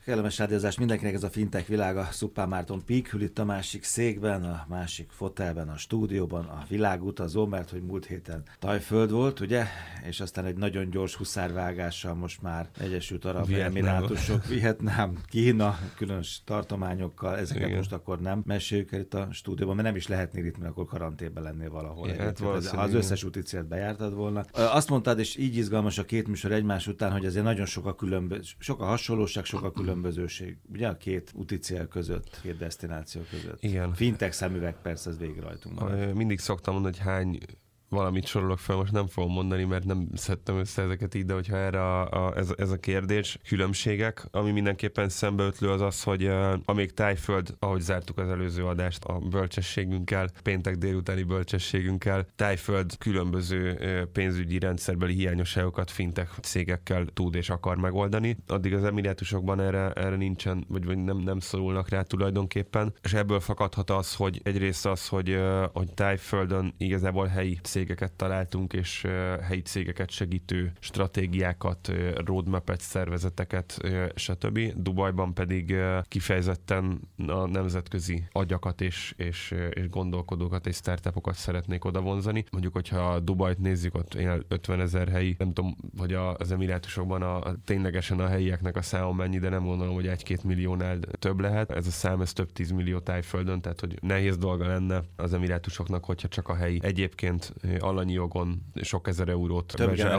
Kellemes rádiózás mindenkinek, ez a fintech világa. Szuppán Márton Pík ül itt a másik székben, a másik fotelben, a stúdióban, a világutazó, mert hogy múlt héten Tajföld volt, ugye? És aztán egy nagyon gyors huszárvágással most már Egyesült Arab Emirátusok, Vietnám, Kína, különös tartományokkal, ezeket most akkor nem meséljük el itt a stúdióban, mert nem is lehetnél itt, mert akkor karanténban lennél valahol. Ha az összes úti célt bejártad volna. Azt mondtad, és így izgalmas a két műsor egymás után, hogy azért nagyon sok a hasonlóság, sok a különbözőség, ugye a két úti cél között, két desztináció között. Igen. Fintech szemüveg persze, ez végig rajtunk van. Mindig szoktam mondani, hogy hány valamit sorolok fel, most nem fogom mondani, mert nem szedtem össze ezeket így, de hogyha erre ez a kérdés, különbségek, ami mindenképpen szembeötlő az az, hogy amíg Tájföld, ahogy zártuk az előző adást a bölcsességünkkel, péntek délutáni bölcsességünkkel, Tájföld különböző pénzügyi rendszerbeli hiányosságokat fintech cégekkel tud és akar megoldani. Addig az Emirátusokban erre nincsen, vagy nem szorulnak rá tulajdonképpen, és ebből fakadhat az, hogy egyrészt az, hogy Tájföldön igazából helyi cégeket találtunk, és helyi cégeket segítő stratégiákat, roadmap-et, szervezeteket, stb. Dubajban pedig kifejezetten a nemzetközi agyakat és gondolkodókat és startupokat szeretnék odavonzani. Mondjuk, hogyha Dubajt nézzük, ott 50 000 helyi, nem tudom, hogy az Emirátusokban ténylegesen a helyieknek a száma mennyi, de nem gondolom, hogy 1-2 milliónál több lehet. Ez a szám, ez több 10 millió Tájföldön, tehát hogy nehéz dolga lenne az Emirátusoknak, hogyha csak a helyi. Egyébként alanyi jogon sok ezer eurót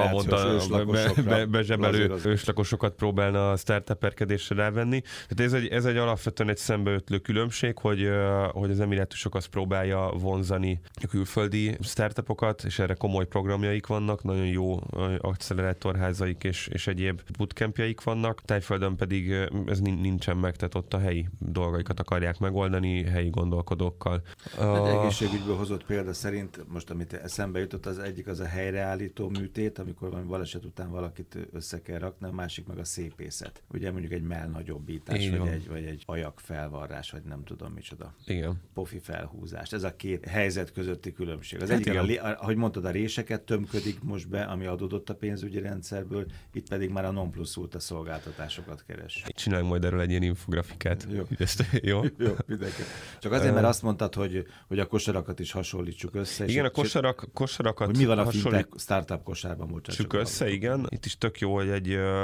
bezsebelő őslakosokat próbálna a startuperkedésre rávenni. Tehát ez egy alapvetően egy szembeötlő különbség, hogy az Emirátusok azt próbálja vonzani a külföldi startupokat, és erre komoly programjaik vannak, nagyon jó accelerátorházaik és egyéb bootcampjaik vannak. Tájföldön pedig ez nincsen meg, tehát ott a helyi dolgaikat akarják megoldani, helyi gondolkodókkal. Egészségügyből hozott példa szerint, most amit eszembe jutott, az egyik az a helyreállító műtét, amikor valami baleset után valakit össze kell rakni, a másik meg a szépészet. Ugye mondjuk egy mellnagyobbítás, vagy egy ajak felvarrás, vagy nem tudom micsoda. Igen. Pofi felhúzást. Ez a két helyzet közötti különbség. Az egyik, ahogy mondtad, a réseket tömködik most be, ami adódott a pénzügyi rendszerből, itt pedig már a non plus ultra szolgáltatásokat keres. Csináljunk majd erről egy ilyen infografikát. Jó. Jó, mindenki. Csak azért, mert azt mondtad, hogy a kosarakat is hasonlítsuk össze. Igen, a kosarakat hogy mi van a fintech startup kosárban, csak össze, igen. Itt is tök jó, hogy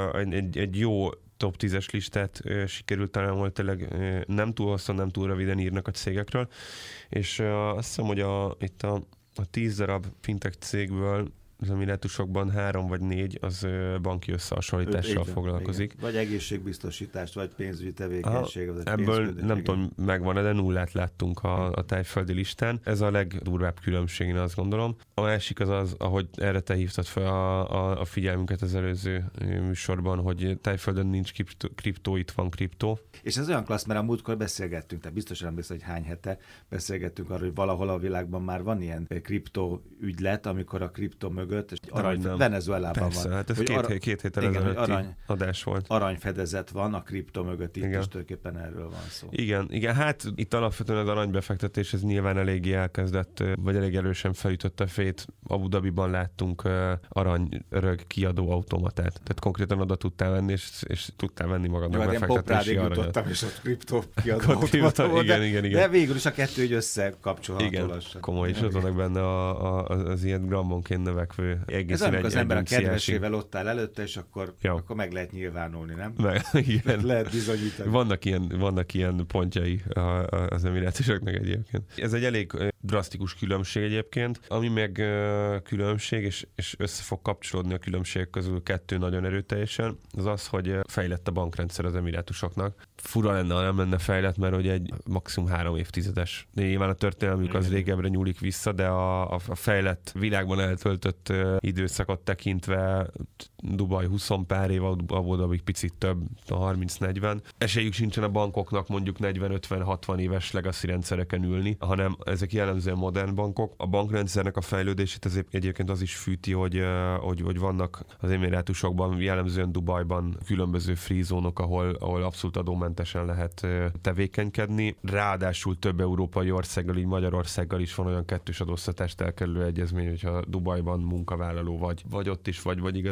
egy jó top 10-es listát sikerült talán, hogy tényleg nem túl hosszan, nem túl röviden írnak a cégekről, és azt hiszem, hogy itt a 10 darab fintech cégből az Emirátusokban 3 vagy 4 az banki összehasonlítással foglalkozik. Igen. Vagy egészségbiztosítást, vagy pénzügyi tevékenység. Ebből nem tudom, megvan, de nullát láttunk a tájföldi listán. Ez a legdurvább különbség, én azt gondolom. A másik az, ahogy erre te hívtad fel a figyelmünket az előző műsorban, hogy Tájföldön nincs kriptó, itt van kriptó. És ez olyan klassz, mert a múltkor beszélgettünk, tehát biztosan emlékszel, hogy hány hete beszélgettünk arról, hogy valahol a világban már van ilyen kriptó ügylet, amikor a kriptó mögött, és Venezuelában persze, van. Hát ez két héttel ezelőtti adás volt. Aranyfedezet van a kriptó mögött, itt is tulajdonképpen erről van szó. Igen, hát itt alapvetően az aranybefektetés, ez nyilván eléggé elkezdett, vagy elég erősen felütötte a fejét. Abu Dhabiban láttunk aranyörög kiadó automatát. Tehát konkrétan oda tudtál venni, és tudtál venni magadnak befektetési aranyat. Jutottam, és ott kriptó kiadó automata volt. Igen. De végül is a kettő így összekapcsolható lassan. Komoly, és ott vannak benne az ilyen grammonként növekvő egészen. Ez amikor az ember a kedvesével ott áll előtte, és akkor meg lehet nyilvánulni, nem? Igen. Lehet bizonyítani. Vannak ilyen pontjai az Emirátusoknak egyébként. Ez egy elég drasztikus különbség egyébként, ami meg különbség, és össze fog kapcsolódni a különbségek közül kettő nagyon erőteljesen, az, hogy fejlett a bankrendszer az Emirátusoknak. Fura lenne, ha nem lenne fejlett, mert hogy egy maximum 3 évtizedes. Nyilván a történelmük az régebbre nyúlik vissza, de a fejlett világban eltöltött időszakot tekintve Dubaj 20 pár év, Abu Dhabi picit több, 30-40. Esélyük sincsen a bankoknak mondjuk 40-50-60 éves legacy rendszereken ülni, hanem ezek jellemzően modern bankok. A bankrendszernek a fejlődését egyébként az is fűti, hogy vannak az Emirátusokban, jellemzően Dubajban különböző free zónok, ahol abszolút adómentesen lehet tevékenykedni. Ráadásul több európai országgal, így Magyarországgal is van olyan kettős adóztatást elkerülő egyezmény, hogyha Dubajban munkavállaló vagy ott is vagy igazából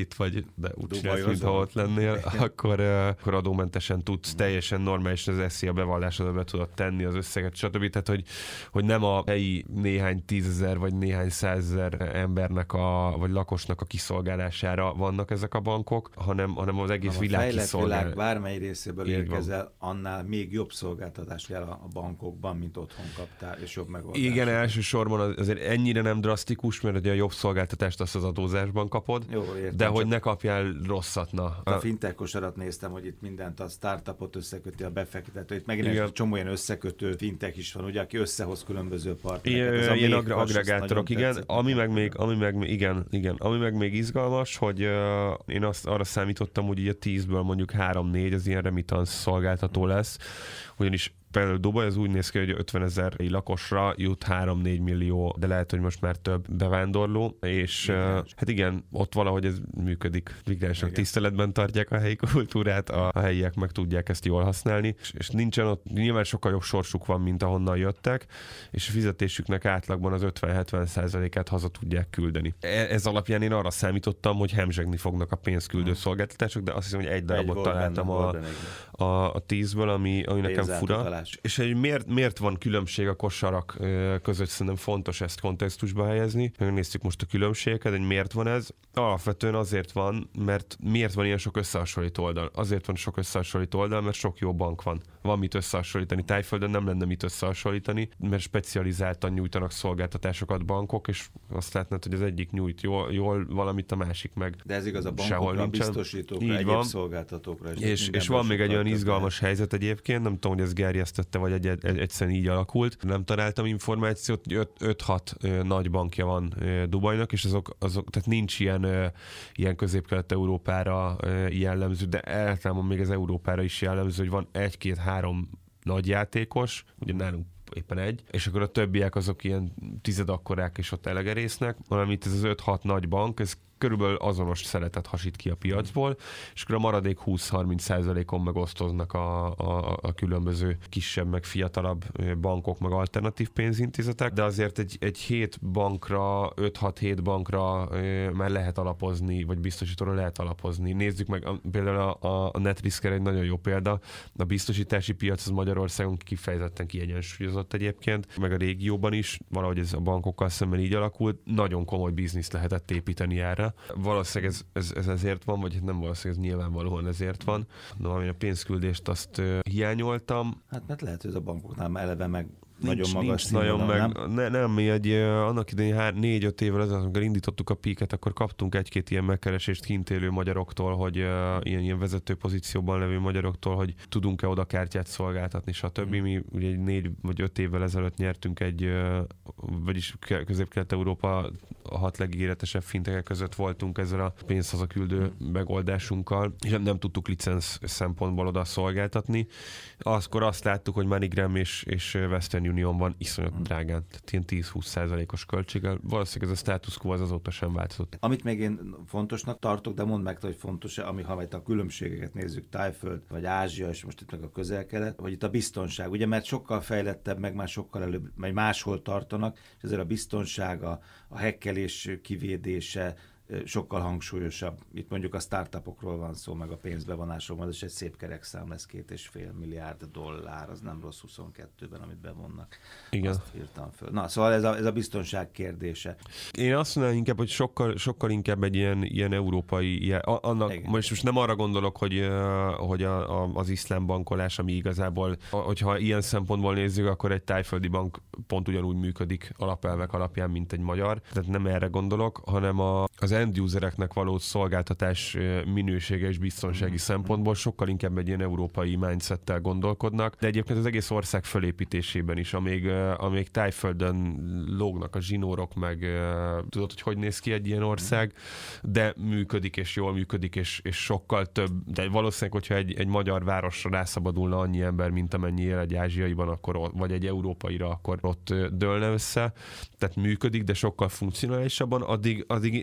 itt vagy, de úgy csinálsz, Dubajhoz mintha van. ott lennél, akkor adómentesen tudsz teljesen normális az SZIA bevallásodba be tudod tenni az összeget, stb. Tehát, hogy nem a helyi néhány tízezer vagy néhány százezer embernek vagy lakosnak a kiszolgálására vannak ezek a bankok, hanem az egész világ kiszolgál. Világ bármely részéből érkezel, annál még jobb szolgáltatás kell a bankokban, mint otthon kaptál, és jobb megoldás. Igen, elsősorban azért ennyire nem drasztikus, mert ugye a jobb szolgáltatást azt az adózásban kapod, jó, értem, de hogy ne kapjál rosszat. A fintech kosarat néztem, hogy itt mindent a startupot összeköti a befektetőt. Megint egy csomó ilyen összekötő fintech is van, ugye, aki összehoz különböző partnereket. Ilyen agregátorok, igen. Ami meg még izgalmas, hogy én arra számítottam, hogy így a 10-ből mondjuk 3-4 az ilyen remittance szolgáltató lesz, ugyanis például Dubaj az úgy néz ki, hogy 50 000 lakosra jut 3-4 millió, de lehet, hogy most már több bevándorló, és hát igen, ott valahogy ez működik. Migránsok tiszteletben tartják a helyi kultúrát, a helyiek meg tudják ezt jól használni, és nincsen ott, nyilván sokkal jobb sorsuk van, mint ahonnan jöttek, és a fizetésüknek átlagban az 50-70%-át haza tudják küldeni. Ez alapján én arra számítottam, hogy hemzsegni fognak a pénzküldő szolgáltatások, de azt hiszem, hogy egy darabot találtam a 10-ből, ami nekem fura. És miért van különbség a kosarak között, szerintem fontos ezt kontextusba helyezni. Megnéztük most a különbségeket, hogy miért van ez. Alapvetően azért van, mert miért van ilyen sok összehasonlító oldal? Azért van sok összehasonlító oldal, mert sok jó bank van. Van mit összehasonlítani. Tájföldön nem lenne mit összehasonlítani, mert specializáltan nyújtanak szolgáltatásokat bankok, és azt látnád, hogy az egyik nyújt jól valamit, a másik meg. De ez igaz a bankokra, a biztosítókra, egyéb szolgáltatókra. És van még egy olyan izgalmas helyzet egyébként, nem tudom, hogy ez gerjesztette, vagy egyszerűen így alakult. Nem találtam információt, hogy 5-6 nagy bankja van Dubajnak, és azok tehát nincs ilyen Közép-Kelet-Európára jellemző, de általában még az Európára is jellemző, hogy van 1-2-3 nagy játékos, ugye nálunk éppen egy, és akkor a többiek azok ilyen tizedakkorák és ott elegerésznek, valamint ez az 5-6 nagy bank, ez körülbelül azonos szeletet hasít ki a piacból, és akkor a maradék 20-30%-on megosztoznak a különböző kisebb, meg fiatalabb bankok, meg alternatív pénzintézetek, de azért egy 7 bankra, 5-6-7 bankra már lehet alapozni, vagy biztosítóra lehet alapozni. Nézzük meg, például a NetRisker egy nagyon jó példa, a biztosítási piac az Magyarországon kifejezetten kiegyensúlyozott egyébként, meg a régióban is, valahogy ez a bankokkal szemben így alakult, nagyon komoly bizniszt lehetett építeni erre. Valószínűleg ez ezért van, vagy nem valószínűleg, ez nyilvánvalóan ezért van. No, ami a pénzküldést azt hiányoltam. Hát mert lehet, hogy ez a bankoknál már eleve meg Nincs nagyon magas nagyon színvonal, meg, nem, mi annak idején 4-5 évvel ezelőtt, amikor indítottuk a Peak-et, akkor kaptunk egy-két ilyen megkeresést kint élő magyaroktól, hogy ilyen vezető pozícióban levő magyaroktól, hogy tudunk-e oda kártyát szolgáltatni, stb. Mi ugye 4 vagy 5 évvel ezelőtt nyertünk vagyis Közép-Kelet-Európa a 6 legígéretesebb fintekek között voltunk ezzel a pénzhazaküldő megoldásunkkal, és nem tudtuk licenc szempontból oda szolgáltatni. Akkor azt láttuk, hogy MoneyGram és Western Union van iszonyat drágán, tehát ilyen 10-20%-os költséggel. Valószínűleg ez a status quo az azóta sem változott. Amit még én fontosnak tartok, de mondd meg, hogy fontos-e, ha majd a különbségeket nézzük, Tájföld, vagy Ázsia, és most itt meg a Közel-Kelet, vagy itt a biztonság, ugye, mert sokkal fejlettebb, meg már sokkal előbb, vagy máshol tartanak, és ezért a biztonság, a hekkelés kivédése sokkal hangsúlyosabb. Itt mondjuk a startupokról van szó, meg a pénzbevonásról, az is egy szép kerekszám lesz, $2,5 milliárd, az nem rossz 22-ben, amit bevonnak. Igen. Azt írtam föl. Na, szóval ez a biztonság kérdése. Én azt mondanám inkább, hogy sokkal inkább egy ilyen európai, most nem arra gondolok, hogy az iszlám bankolás, ami igazából, hogyha ilyen szempontból nézzük, akkor egy tájföldi bank pont ugyanúgy működik alapelvek alapján, mint egy magyar. Tehát nem erre gondolok, hanem az end-usereknek való szolgáltatás minősége és biztonsági szempontból sokkal inkább egy ilyen európai mindsettel gondolkodnak, de egyébként az egész ország fölépítésében is, amíg Tájföldön lógnak a zsinórok, meg tudod, hogy néz ki egy ilyen ország, de működik és jól működik, és sokkal több, de valószínűleg, hogyha egy magyar városra rászabadulna annyi ember, mint amennyi él egy ázsiaiban, akkor, vagy egy európaira, akkor ott dőlne össze, tehát működik, de sokkal funkcionálisabban, addig inkább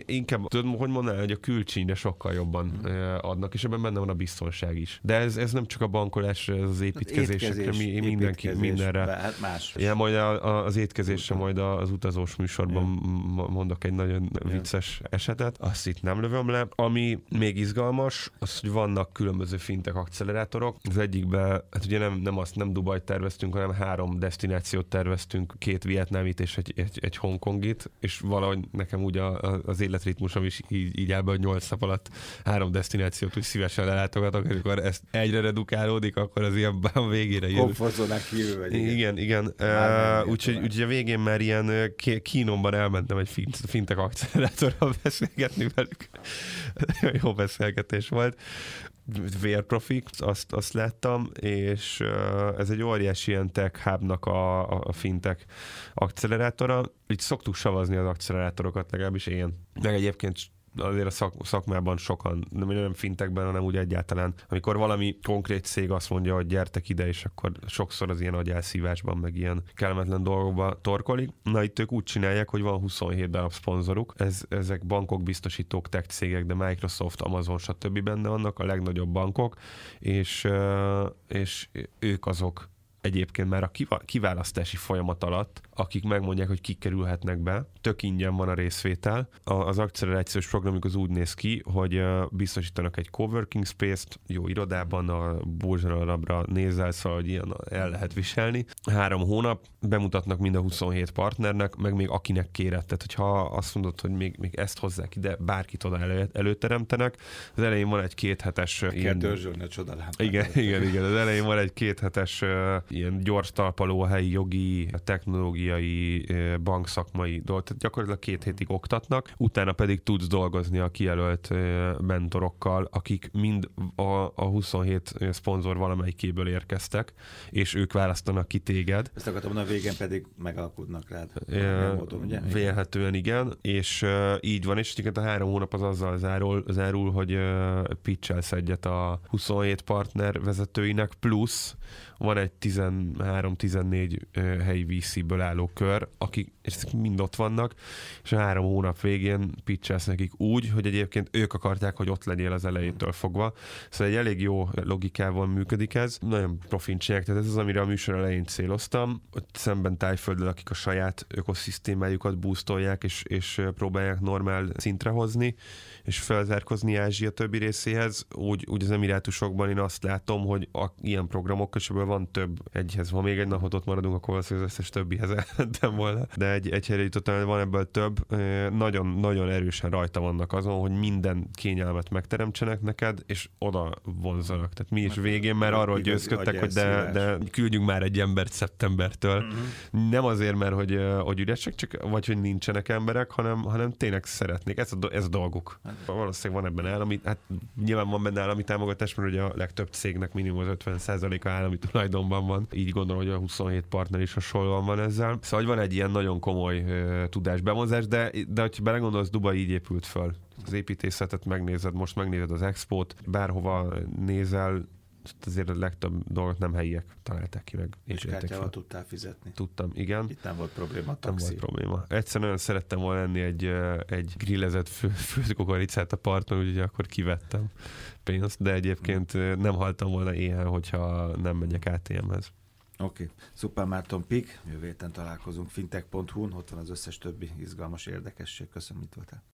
tudod, hogy mondanám, hogy a külcsínre sokkal jobban adnak, és ebben benne van a biztonság is. De ez nem csak a bankolás, ez az építkezésekre, mindenre. Hát más. Ja, majd az étkezésre majd az utazós műsorban mondok egy nagyon vicces esetet. Azt itt nem lövöm le. Ami még izgalmas, az, hogy vannak különböző fintech accelerátorok. Az egyikben, hát ugye nem Dubajt terveztünk, hanem 3 desztinációt terveztünk, 2 vietnámit és egy hongkongit, és valahogy nekem úgy az életritmusom is így áll be, hogy 8 nap alatt 3 desztinációt úgy szívesen lelátogatok, és akkor ezt egyre redukálódik, akkor az ilyen végére jön. Komfortzónán kívül vagy. Igen. Úgyhogy a végén már ilyen kínomban elmentem egy fintech accelerátorral beszélgetni velük. Jó beszélgetés volt. Vérprofik, azt láttam, és ez egy óriási ilyen tech hubnak a fintech accelerátora. Így szoktuk savazni az accelerátorokat, legalábbis én. Meg egyébként azért a szakmában sokan, nem fintekben, hanem úgy egyáltalán, amikor valami konkrét cég azt mondja, hogy gyertek ide, és akkor sokszor az ilyen agyelszívásban, meg ilyen kellemetlen dolgokba torkolik. Na itt ők úgy csinálják, hogy van 27 darab szponzoruk. Ezek bankok, biztosítók, tech cégek, de Microsoft, Amazon, stb. Benne vannak, a legnagyobb bankok, és ők azok egyébként már a kiválasztási folyamat alatt, akik megmondják, hogy kik kerülhetnek be, tök ingyen van a részvétel. Az accelerációs programjuk az úgy néz ki, hogy biztosítanak egy coworking space-t, jó irodában, a Burzsanarabra nézel, szóval, hogy ilyen el lehet viselni. 3 hónap, bemutatnak mind a 27 partnernek, meg még akinek kéred. Tehát, hogyha azt mondod, hogy még ezt hozzák ide, bárkit oda előteremtenek. Az elején van egy 2 hetes... Kell dörzsölni a csodalámpát. Igen. Az elején van egy 2 hetes ilyen gyors talpaló, helyi jogi, technológiai, bankszakmai dolgot. Tehát gyakorlatilag 2 hétig oktatnak, utána pedig tudsz dolgozni a kijelölt mentorokkal, akik mind a 27 szponzor valamelyikéből érkeztek, és ők választanak ki téged. Ezt akartam mondani, a végén pedig megalkudnak rád. Vélhetően igen, és így van, és egyébként a 3 hónap az azzal zárul, hogy pitchelsz egyet a 27 partner vezetőinek, plusz van egy 13-14 helyi VC-ből álló kör, akik mind ott vannak, és a 3 hónap végén pitchelsz nekik úgy, hogy egyébként ők akarták, hogy ott legyél az elejétől fogva. Szóval egy elég jó logikával működik ez. Nagyon profin csinálják, tehát ez az, amire a műsor elején céloztam, hogy szemben Tájfölddel, akik a saját ökoszisztémájukat boostolják, és próbálják normál szintre hozni, és felzárkozni Ázsia többi részéhez. Úgy az Emirátusokban én azt látom, hogy ilyen programok közben van több egyhez. Ha még egy napot ott maradunk, akkor az összes többihez elmentem volna. De egy helyre jutottam, van ebből több. Nagyon erősen rajta vannak azon, hogy minden kényelmet megteremtsenek neked, és oda vonzanak. Tehát mi is végén már arról győzködtek, hogy de küldjünk már egy embert szeptembertől. Uh-huh. Nem azért, mert hogy üresek, csak vagy hogy nincsenek emberek, hanem tényleg szeretnék. Ez a dolguk. Valószínűleg van ebben állami, hát nyilván van benne állami támogatás, mert ugye a legtöbb cégnek minimum az 50%-a állami tulajdonban van. Így gondolom, hogy a 27 partner is hasonlóan van ezzel. Szóval van egy ilyen nagyon komoly tudásbevonzás, de hogyha belegondolsz, Dubaj így épült föl. Az építészetet megnézed, most megnézed az expót, bárhova nézel, azért a legtöbb dolgot nem helyiek találták ki meg. És kártyával tudtál fizetni? Tudtam, igen. Itt nem volt probléma a taxi. Nem volt probléma. Egyszer nagyon szerettem volna enni egy grillezett főkukoricát a parton, úgyhogy akkor kivettem pénzt, de egyébként nem haltam volna éhen, hogyha nem megyek ATM-hez. Oké. Szuper Márton Pik, jövő héten találkozunk fintech.hu-n, ott van az összes többi izgalmas érdekesség. Köszönöm, itt voltál.